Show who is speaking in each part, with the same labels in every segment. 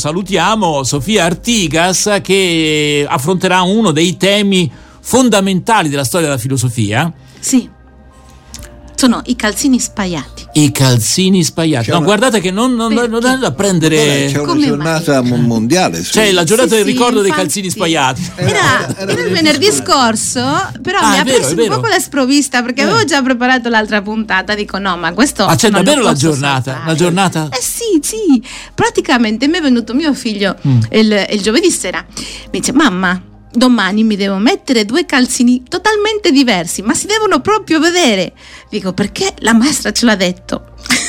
Speaker 1: salutiamo Sofia Artigas, che affronterà uno dei temi fondamentali della storia della filosofia.
Speaker 2: Sì, sono i calzini spaiati.
Speaker 1: I calzini spaiati. No, guardate che non è da prendere.
Speaker 3: C'è una giornata mondiale.
Speaker 1: C'è la giornata del ricordo dei calzini spaiati.
Speaker 2: Era il venerdì scorso, però mi ha preso un po' la sprovvista, perché avevo già preparato l'altra puntata. Dico no, ma questo.
Speaker 1: C'è davvero la giornata? La giornata?
Speaker 2: Sì. Praticamente mi è venuto mio figlio il giovedì sera. Mi dice: mamma, domani mi devo mettere 2 calzini totalmente diversi, ma si devono proprio vedere. Dico: perché la maestra ce l'ha detto.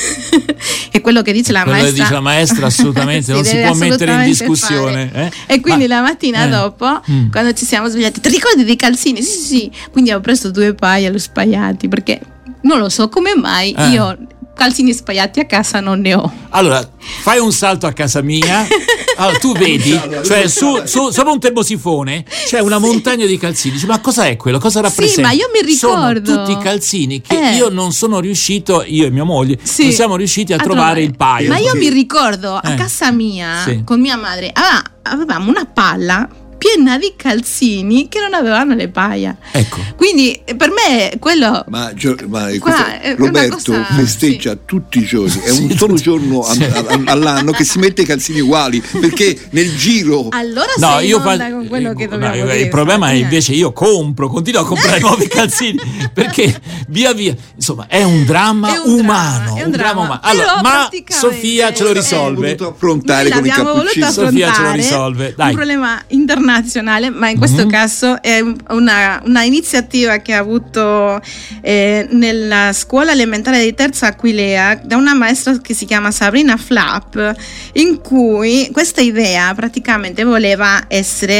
Speaker 2: E quello che dice la maestra
Speaker 1: assolutamente non si può mettere in discussione.
Speaker 2: E quindi la mattina dopo, quando ci siamo svegliati: ti ricordi dei calzini? Sì. Quindi ho preso 2 paia allo spaiati, perché non lo so come mai io calzini spaiati a casa non ne ho.
Speaker 1: Allora, fai un salto a casa mia. Allora, tu vedi, cioè sopra un termosifone c'è una montagna di calzini. Dici, ma cosa è quello? Cosa rappresenta?
Speaker 2: Sì, ma io mi ricordo.
Speaker 1: Sono tutti calzini che io non sono riuscito, io e mia moglie, non siamo riusciti a trovare il paio.
Speaker 2: Ma io mi ricordo a casa mia con mia madre avevamo una palla piena di calzini che non avevano le paia.
Speaker 1: Ecco.
Speaker 2: Quindi per me quello.
Speaker 3: Ma Roberto festeggia tutti i giorni. È un solo giorno all'anno che si mette i calzini uguali, perché nel giro.
Speaker 2: Allora con quello che dobbiamo dire.
Speaker 1: Il problema è invece io continuo a comprare nuovi calzini, perché via insomma è un dramma umano. Allora, ma Sofia ce lo risolve.
Speaker 3: L'abbiamo voluto affrontare.
Speaker 1: Sofia ce lo risolve. Dai.
Speaker 2: Un problema internazionale, ma in questo caso è una iniziativa che ha avuto nella scuola elementare di Terza Aquilea da una maestra che si chiama Sabrina Flapp, in cui questa idea praticamente voleva essere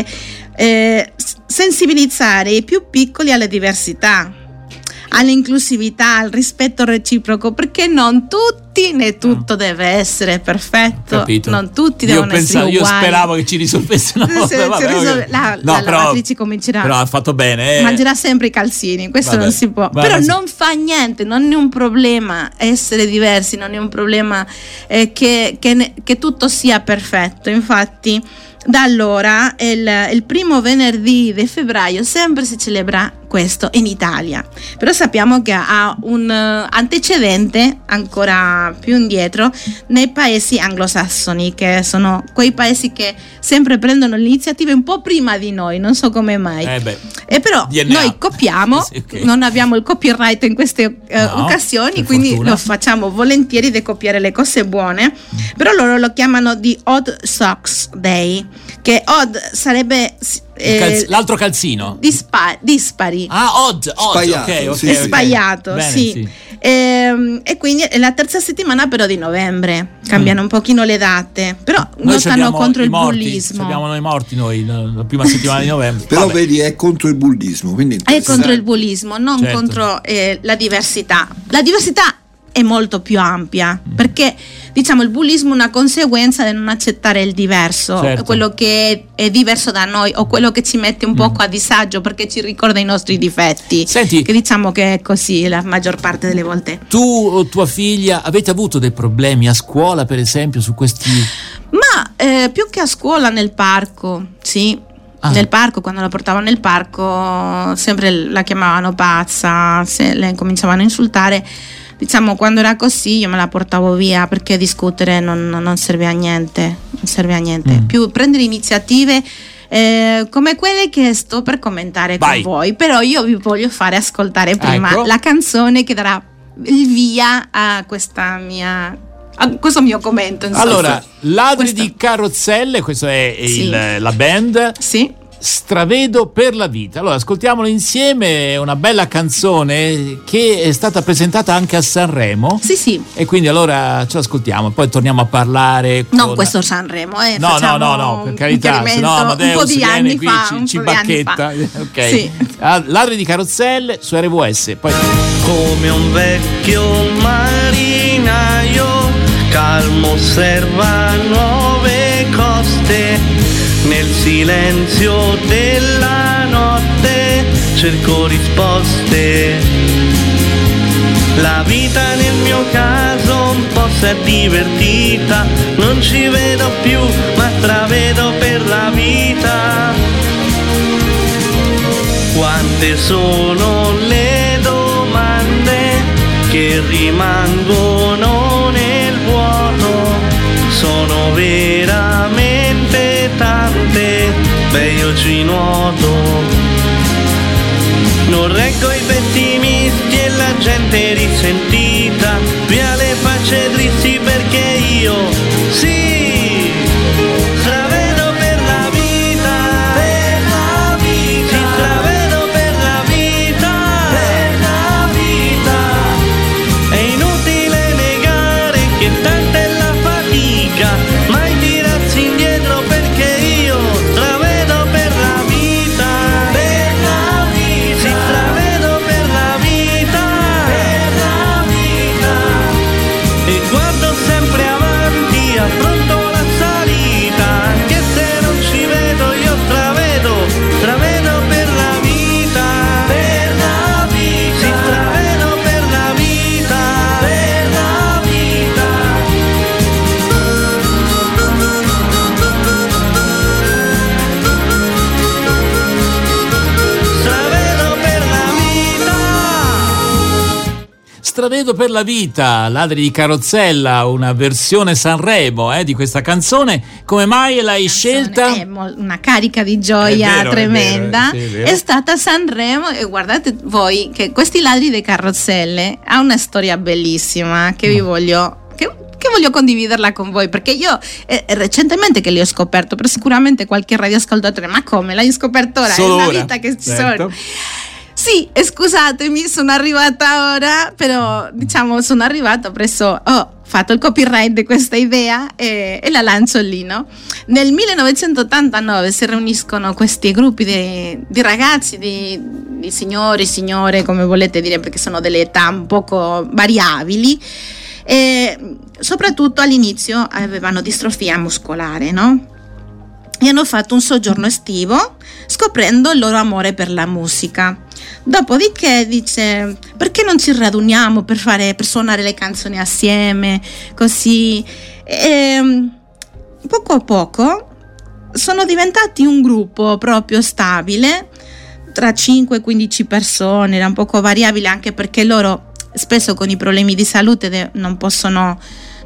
Speaker 2: sensibilizzare i più piccoli alle diversità, all'inclusività, al rispetto reciproco, perché non tutti né tutto deve essere perfetto.
Speaker 1: Capito.
Speaker 2: Non tutti devono essere uguali.
Speaker 1: Io speravo che ci risolvesse una volta.
Speaker 2: La lavatrice comincerà.
Speaker 1: Però ha fatto bene.
Speaker 2: Mangerà sempre i calzini, questo non si può. Però non fa niente, non è un problema essere diversi, non è un problema che tutto sia perfetto. Infatti, da allora, il primo venerdì di febbraio sempre si celebra questo in Italia, però sappiamo che ha un antecedente ancora più indietro nei paesi anglosassoni, che sono quei paesi che sempre prendono le iniziative un po' prima di noi, non so come mai. E però
Speaker 1: DNA.
Speaker 2: Noi copiamo,
Speaker 1: okay.
Speaker 2: Non abbiamo il copyright in queste occasioni, quindi fortuna. Lo facciamo volentieri di copiare le cose buone, però loro lo chiamano di Odd Socks Day, che odd sarebbe
Speaker 1: l'altro calzino
Speaker 2: dispari.
Speaker 1: Odd
Speaker 3: spaiato,
Speaker 1: okay.
Speaker 2: Sbagliato. Bene, sì. E quindi è la terza settimana però di novembre, cambiano un pochino le date, però non stanno contro il bullismo.
Speaker 1: Abbiamo noi morti la prima settimana di novembre.
Speaker 3: Però vedi, è contro il bullismo, quindi
Speaker 2: è contro il bullismo, non contro la diversità. La diversità è molto più ampia, perché diciamo il bullismo è una conseguenza del non accettare il diverso, quello che è diverso da noi, o quello che ci mette un poco a disagio perché ci ricorda i nostri difetti.
Speaker 1: Senti,
Speaker 2: che diciamo che è così la maggior parte delle volte.
Speaker 1: Tu o tua figlia avete avuto dei problemi a scuola, per esempio, su questi?
Speaker 2: Ma più che a scuola, nel parco, sì. Nel parco, quando la portavo nel parco sempre la chiamavano pazza, se le cominciavano a insultare. Diciamo, quando era così io me la portavo via, perché discutere non serve a niente, più prendere iniziative come quelle che sto per commentare con voi. Però io vi voglio fare ascoltare prima la canzone che darà il via a questo mio commento, insomma.
Speaker 1: Allora, Ladri di carrozzelle, questa è la band.
Speaker 2: Sì.
Speaker 1: Stravedo per la vita. Allora, ascoltiamolo insieme, è una bella canzone che è stata presentata anche a Sanremo.
Speaker 2: Sì.
Speaker 1: E quindi allora ce l'ascoltiamo, poi torniamo a parlare
Speaker 2: non questo Sanremo,
Speaker 1: no, per carità, sennò Amadeus
Speaker 2: un po' di anni
Speaker 1: qui
Speaker 2: fa,
Speaker 1: ci bacchetta. Ok.
Speaker 2: Sì.
Speaker 1: Ladri di carrozzelle su RWS. Poi
Speaker 4: come un vecchio marinaio calmo osserva nuove coste. Nel silenzio della notte cerco risposte. La vita nel mio caso un po' s'è divertita, non ci vedo più, ma Quante sono le domande che rimangono nel vuoto, sono veramente tante, beh io ci nuoto. Non reggo i pessimisti e la gente risentita, via le facce tristi perché io sì, stravedo per la vita, per la vita, sì, stravedo per la vita, per la vita. È inutile negare che tanta è la fatica, mai tirarsi indietro perché io stravedo per la vita, per la vita, sì, stravedo per la vita, per la vita. E guardo sempre avanti, affronto la salita, anche se non ci vedo io stravedo, stravedo per la vita, per la vita, sì, stravedo per la vita, per la vita. Stravedo per la vita.
Speaker 1: Stravedo per la vita, Ladri di carrozzella, una versione Sanremo di questa canzone. Come mai l'hai scelta?
Speaker 2: È una carica di gioia tremenda.
Speaker 1: È vero.
Speaker 2: È stata Sanremo e guardate voi che questi Ladri di carrozzelle ha una storia bellissima che vi voglio condividerla con voi, perché io è recentemente che li ho scoperto, però sicuramente qualche radioascoltatore, ma come l'hai scoperto ora?
Speaker 1: Solo
Speaker 2: è una
Speaker 1: ora.
Speaker 2: vita che ci
Speaker 1: Certo.
Speaker 2: sono. Sì, scusatemi, sono arrivata ora, però diciamo sono arrivata presso, ho fatto il copyright di questa idea e la lancio lì, no? Nel 1989 si riuniscono questi gruppi di ragazzi, di signori, signore, come volete dire, perché sono delle età un poco variabili, e soprattutto all'inizio avevano distrofia muscolare, no? E hanno fatto un soggiorno estivo scoprendo il loro amore per la musica. Dopodiché dice: perché non ci raduniamo per suonare le canzoni assieme, così? E poco a poco sono diventati un gruppo proprio stabile, tra 5 e 15 persone, era un poco variabile anche perché loro spesso con i problemi di salute non possono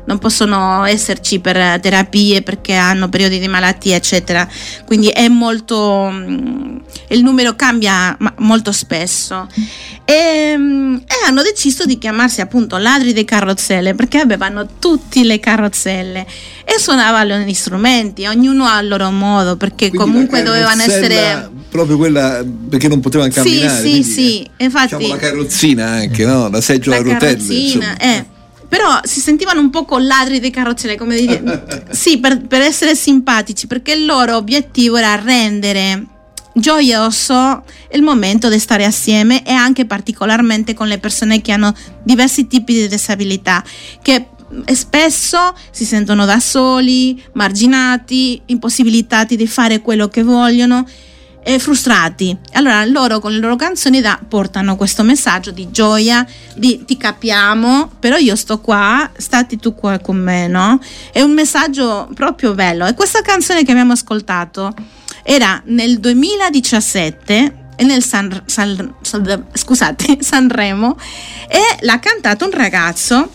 Speaker 2: esserci per terapie perché hanno periodi di malattia eccetera, quindi è molto, il numero cambia molto spesso e hanno deciso di chiamarsi appunto Ladri di carrozzelle perché avevano tutte le carrozzelle e suonavano gli strumenti, ognuno al loro modo, perché quindi comunque dovevano essere
Speaker 3: proprio quella perché non potevano camminare.
Speaker 2: Sì, infatti
Speaker 3: diciamo la carrozzina anche, no? La seggiola a rotelle,
Speaker 2: però si sentivano un po' con ladri di carrozzelle, come dire, sì, per essere simpatici, perché il loro obiettivo era rendere gioioso il momento di stare assieme e anche particolarmente con le persone che hanno diversi tipi di disabilità, che spesso si sentono da soli, marginati, impossibilitati di fare quello che vogliono e frustrati. Allora loro con le loro canzoni portano questo messaggio di gioia, di ti capiamo, però io sto qua, stati tu qua con me, no? È un messaggio proprio bello. E questa canzone che abbiamo ascoltato era nel 2017 e nel Sanremo, e l'ha cantato un ragazzo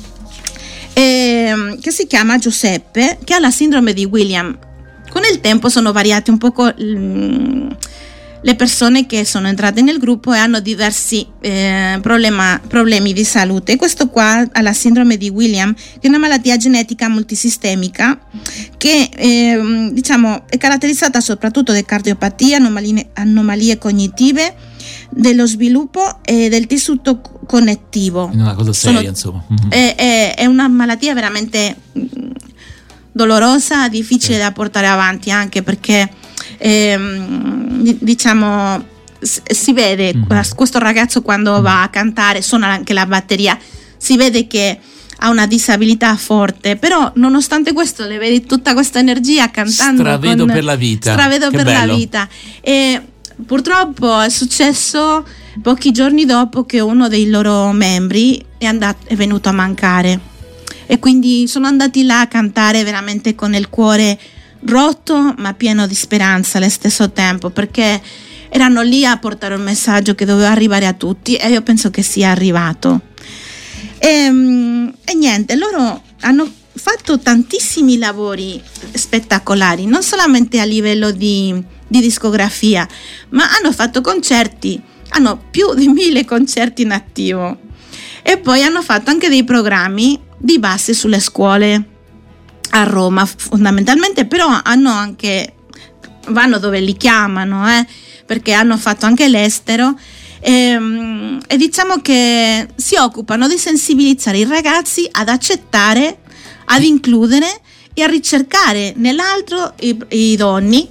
Speaker 2: che si chiama Giuseppe, che ha la sindrome di Williams. Con il tempo sono variati un poco le persone che sono entrate nel gruppo e hanno diversi problemi di salute. Questo qua ha la sindrome di Williams, che è una malattia genetica multisistemica che diciamo è caratterizzata soprattutto da cardiopatie, anomalie cognitive, dello sviluppo e del tessuto connettivo.
Speaker 1: È una cosa seria, insomma.
Speaker 2: È una malattia veramente dolorosa, difficile da portare avanti, anche perché diciamo si vede questo ragazzo quando va a cantare, suona anche la batteria, si vede che ha una disabilità forte, però nonostante questo le vedi tutta questa energia cantando.
Speaker 1: Stravedo per la vita.
Speaker 2: Stravedo per la vita. E purtroppo è successo pochi giorni dopo che uno dei loro membri è venuto a mancare, e quindi sono andati là a cantare veramente con il cuore rotto ma pieno di speranza allo stesso tempo, perché erano lì a portare un messaggio che doveva arrivare a tutti, e io penso che sia arrivato. E niente, loro hanno fatto tantissimi lavori spettacolari, non solamente a livello di discografia, ma hanno fatto concerti, hanno più di 1000 concerti in attivo, e poi hanno fatto anche dei programmi di base sulle scuole a Roma fondamentalmente, però vanno dove li chiamano, perché hanno fatto anche l'estero, e diciamo che si occupano di sensibilizzare i ragazzi ad accettare, ad includere e a ricercare nell'altro i doni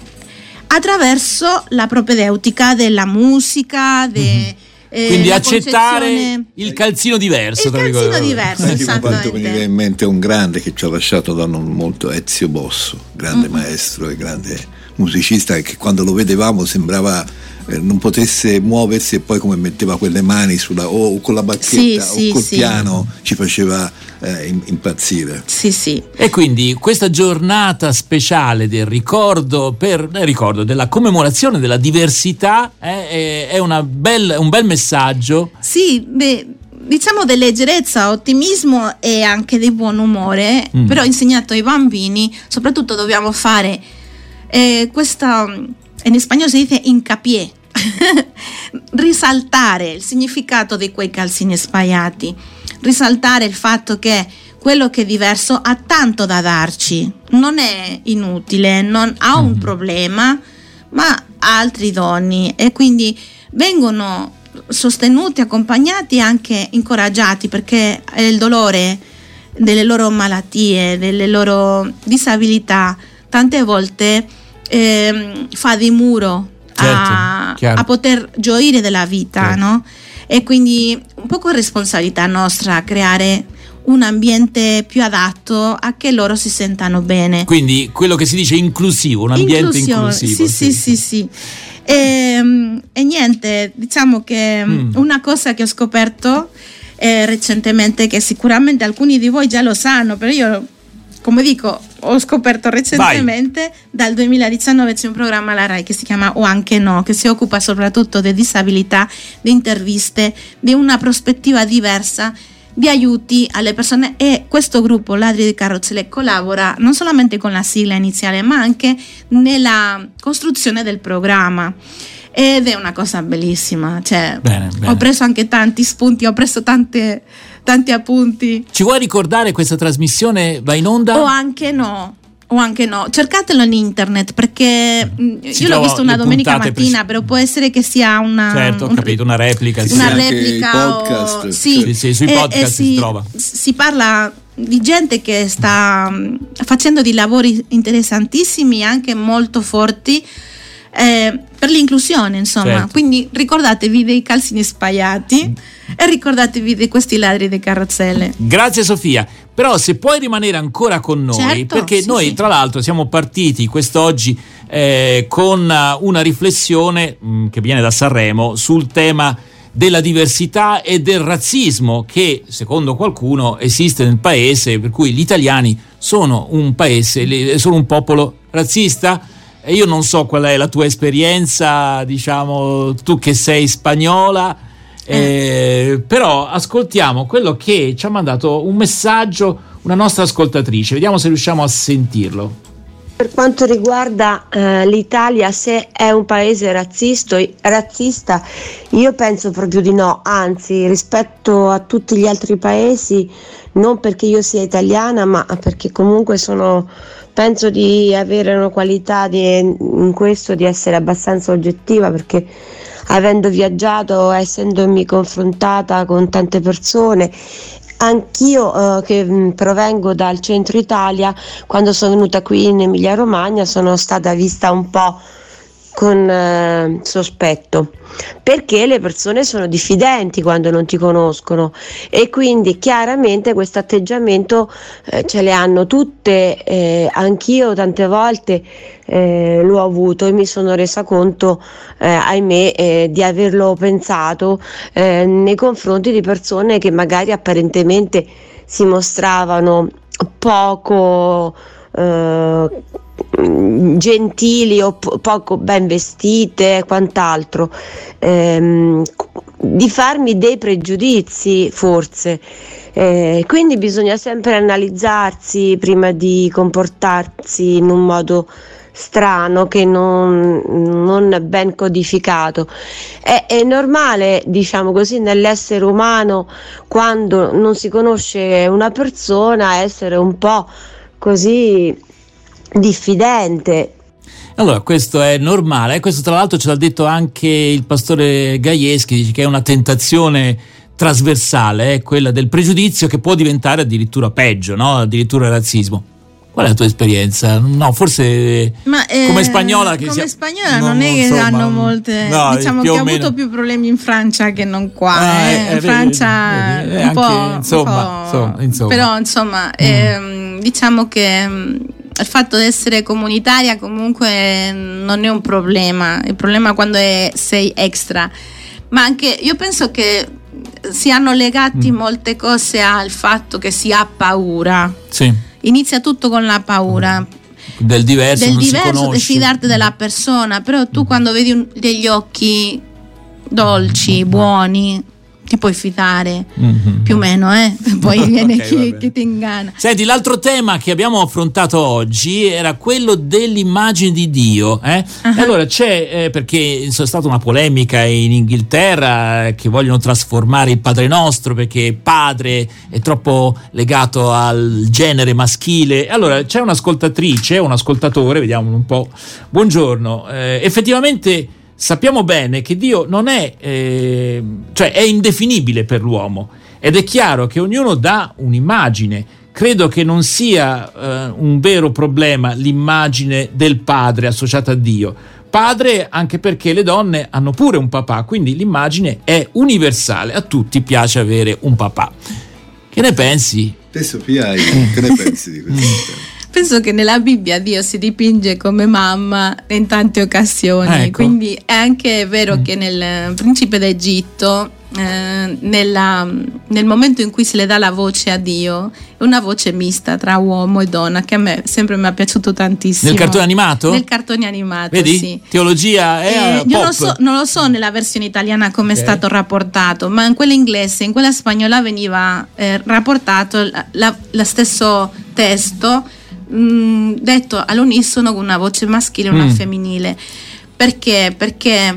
Speaker 2: attraverso la propedeutica della musica,
Speaker 1: quindi accettare il calzino diverso.
Speaker 3: Quanto mi viene in mente un grande che ci ha lasciato da non molto, Ezio Bosso, grande maestro e grande musicista, che quando lo vedevamo sembrava non potesse muoversi, e poi come metteva quelle mani o con la bacchetta o col piano ci faceva impazzire.
Speaker 2: Sì.
Speaker 1: E quindi questa giornata speciale del ricordo della commemorazione della diversità è un bel messaggio.
Speaker 2: Sì, diciamo di leggerezza, ottimismo e anche di buon umore, però insegnato ai bambini. Soprattutto dobbiamo fare questa, in spagnolo si dice hincapié, risaltare il significato di quei calzini sbagliati, risaltare il fatto che quello che è diverso ha tanto da darci, non è inutile, non ha un problema, ma ha altri doni, e quindi vengono sostenuti, accompagnati e anche incoraggiati, perché il dolore delle loro malattie, delle loro disabilità tante volte fa di muro a poter gioire della vita, no? E quindi un po' con responsabilità nostra creare un ambiente più adatto a che loro si sentano bene.
Speaker 1: Quindi quello che si dice inclusivo, un ambiente inclusivo.
Speaker 2: Sì. E niente, diciamo che una cosa che ho scoperto recentemente, che sicuramente alcuni di voi già lo sanno, però io, come dico, ho scoperto recentemente. Dal 2019 c'è un programma alla Rai che si chiama O Anche No, che si occupa soprattutto di disabilità, di interviste, di una prospettiva diversa, di aiuti alle persone, e questo gruppo Ladri di Carrozzelle collabora non solamente con la sigla iniziale, ma anche nella costruzione del programma, ed è una cosa bellissima. Bene. Ho preso anche tanti spunti, ho preso tanti appunti.
Speaker 1: Ci vuoi ricordare questa trasmissione va in onda?
Speaker 2: O anche no, cercatelo in internet, perché io l'ho visto una domenica mattina, però può essere che sia una
Speaker 1: una replica.
Speaker 2: Una replica
Speaker 3: podcast.
Speaker 1: Sì, sui podcast si trova.
Speaker 2: Si parla di gente che sta facendo dei lavori interessantissimi, anche molto forti, per l'inclusione, insomma. Quindi ricordatevi dei calzini sbagliati e ricordatevi di questi ladri di carrozzelle.
Speaker 1: Grazie Sofia, però se puoi rimanere ancora con noi, perché noi tra l'altro siamo partiti quest'oggi con una riflessione che viene da Sanremo sul tema della diversità e del razzismo che secondo qualcuno esiste nel paese, per cui gli italiani sono un popolo razzista. E io non so qual è la tua esperienza, diciamo, tu che sei spagnola, però ascoltiamo quello che ci ha mandato un messaggio una nostra ascoltatrice, vediamo se riusciamo a sentirlo.
Speaker 5: Per quanto riguarda l'Italia, se è un paese razzista, io penso proprio di no, anzi rispetto a tutti gli altri paesi, non perché io sia italiana, ma perché comunque penso di avere una qualità in questo, di essere abbastanza oggettiva, perché avendo viaggiato, essendomi confrontata con tante persone, anch'io che provengo dal centro Italia, quando sono venuta qui in Emilia Romagna sono stata vista un po' con sospetto, perché le persone sono diffidenti quando non ti conoscono, e quindi chiaramente questo atteggiamento ce le hanno tutte, anch'io tante volte l'ho avuto e mi sono resa conto, ahimè, di averlo pensato nei confronti di persone che magari apparentemente si mostravano poco gentili o poco ben vestite e quant'altro, di farmi dei pregiudizi forse. Quindi bisogna sempre analizzarsi prima di comportarsi in un modo strano che non ben codificato. È normale, diciamo così, nell'essere umano, quando non si conosce una persona, essere un po' così diffidente.
Speaker 1: Allora, questo è normale, questo tra l'altro ce l'ha detto anche il pastore Gajewski, dice che è una tentazione trasversale, quella del pregiudizio, che può diventare addirittura peggio, no? Addirittura razzismo. Qual è la tua esperienza? No, forse come spagnola che
Speaker 2: come spagnola non è che hanno molte, no, diciamo che ha avuto più problemi in Francia che non qua, in Francia un po', insomma. Però insomma diciamo che il fatto di essere comunitaria comunque non è un problema, il problema è quando sei extra, ma anche io penso che si hanno legati molte cose al fatto che si ha paura.
Speaker 1: Sì.
Speaker 2: Inizia tutto con la paura
Speaker 1: del diverso,
Speaker 2: di fidarti della persona, però tu quando vedi degli occhi dolci, buoni, ti puoi fidare, più o meno, poi viene chi ti inganna.
Speaker 1: Senti, l'altro tema che abbiamo affrontato oggi era quello dell'immagine di Dio, E allora c'è, perché c'è stata una polemica in Inghilterra che vogliono trasformare il Padre Nostro perché padre è troppo legato al genere maschile. Allora c'è un'ascoltatrice, un ascoltatore, vediamo un po'. Buongiorno, effettivamente sappiamo bene che Dio non è, cioè è indefinibile per l'uomo, ed è chiaro che ognuno dà un'immagine. Credo che non sia un vero problema l'immagine del padre associata a Dio. Padre anche perché le donne hanno pure un papà, quindi l'immagine è universale, a tutti piace avere un papà. Che ne pensi?
Speaker 3: Te Sofia, che ne pensi di questo?
Speaker 2: Penso che nella Bibbia Dio si dipinge come mamma in tante occasioni,
Speaker 1: ecco.
Speaker 2: Quindi è anche vero che nel Principe d'Egitto, nel momento in cui si le dà la voce a Dio, è una voce mista tra uomo e donna, che a me sempre mi è piaciuto tantissimo.
Speaker 1: Nel cartone animato?
Speaker 2: Nel cartone animato,
Speaker 1: vedi?
Speaker 2: Sì.
Speaker 1: Teologia è
Speaker 2: io non lo so nella versione italiana come è stato rapportato, ma in quella inglese, in quella spagnola veniva rapportato lo stesso testo, detto all'unisono con una voce maschile e una femminile. Perché? Perché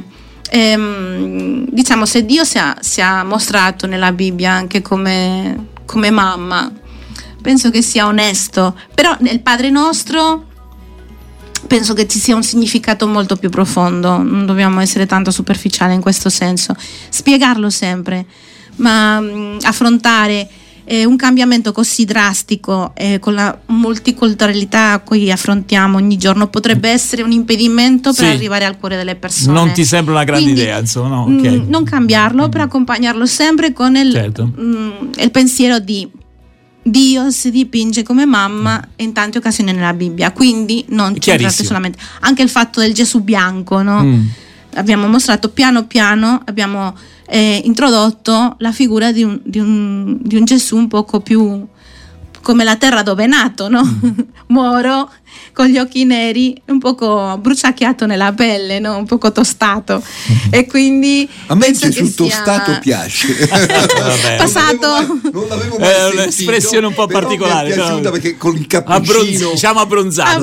Speaker 2: diciamo, se Dio si è mostrato nella Bibbia anche come mamma, penso che sia onesto, però nel Padre Nostro penso che ci sia un significato molto più profondo, non dobbiamo essere tanto superficiali in questo senso, spiegarlo sempre, ma affrontare un cambiamento così drastico con la multiculturalità a cui affrontiamo ogni giorno potrebbe essere un impedimento per arrivare al cuore delle persone.
Speaker 1: Non ti sembra una grande idea, insomma, no? Okay.
Speaker 2: Non cambiarlo, per accompagnarlo sempre con il pensiero di Dio si dipinge come mamma in tante occasioni nella Bibbia, quindi non centrate solamente. Anche il fatto del Gesù bianco, no? Abbiamo mostrato piano piano, abbiamo introdotto la figura di un Gesù un poco più come la terra dove è nato, no? Moro, con gli occhi neri, un poco bruciacchiato nella pelle, no? Un poco tostato. E quindi
Speaker 3: a me sul tostato piace.
Speaker 2: Passato.
Speaker 3: Non l'avevo mai sentito.
Speaker 1: È un'espressione un po' particolare.
Speaker 3: Mi è piaciuta perché con il cappuccino.
Speaker 1: Diciamo abbronzato.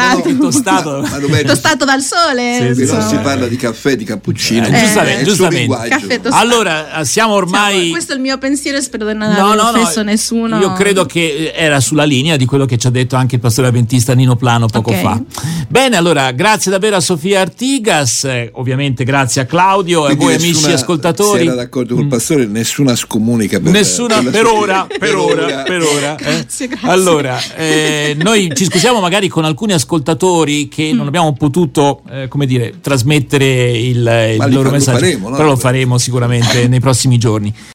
Speaker 2: Tostato dal sole.
Speaker 3: Però si parla di caffè, di cappuccino.
Speaker 1: Giustamente.
Speaker 2: Caffè tostato.
Speaker 1: Allora, siamo ormai.
Speaker 2: Questo è il mio pensiero, spero di non aver offeso nessuno.
Speaker 1: Io credo che era sulla linea di quello che ci ha detto anche il pastore avventista Nino Plano poco fa. Bene, allora grazie davvero a Sofia Artigas, ovviamente grazie a Claudio.
Speaker 3: Quindi
Speaker 1: e a voi amici ascoltatori.
Speaker 3: Se era d'accordo col pastore, nessuna scomunica
Speaker 1: per ora.
Speaker 2: Grazie.
Speaker 1: Allora noi ci scusiamo magari con alcuni ascoltatori che non abbiamo potuto trasmettere il loro messaggio, però lo faremo sicuramente nei prossimi giorni.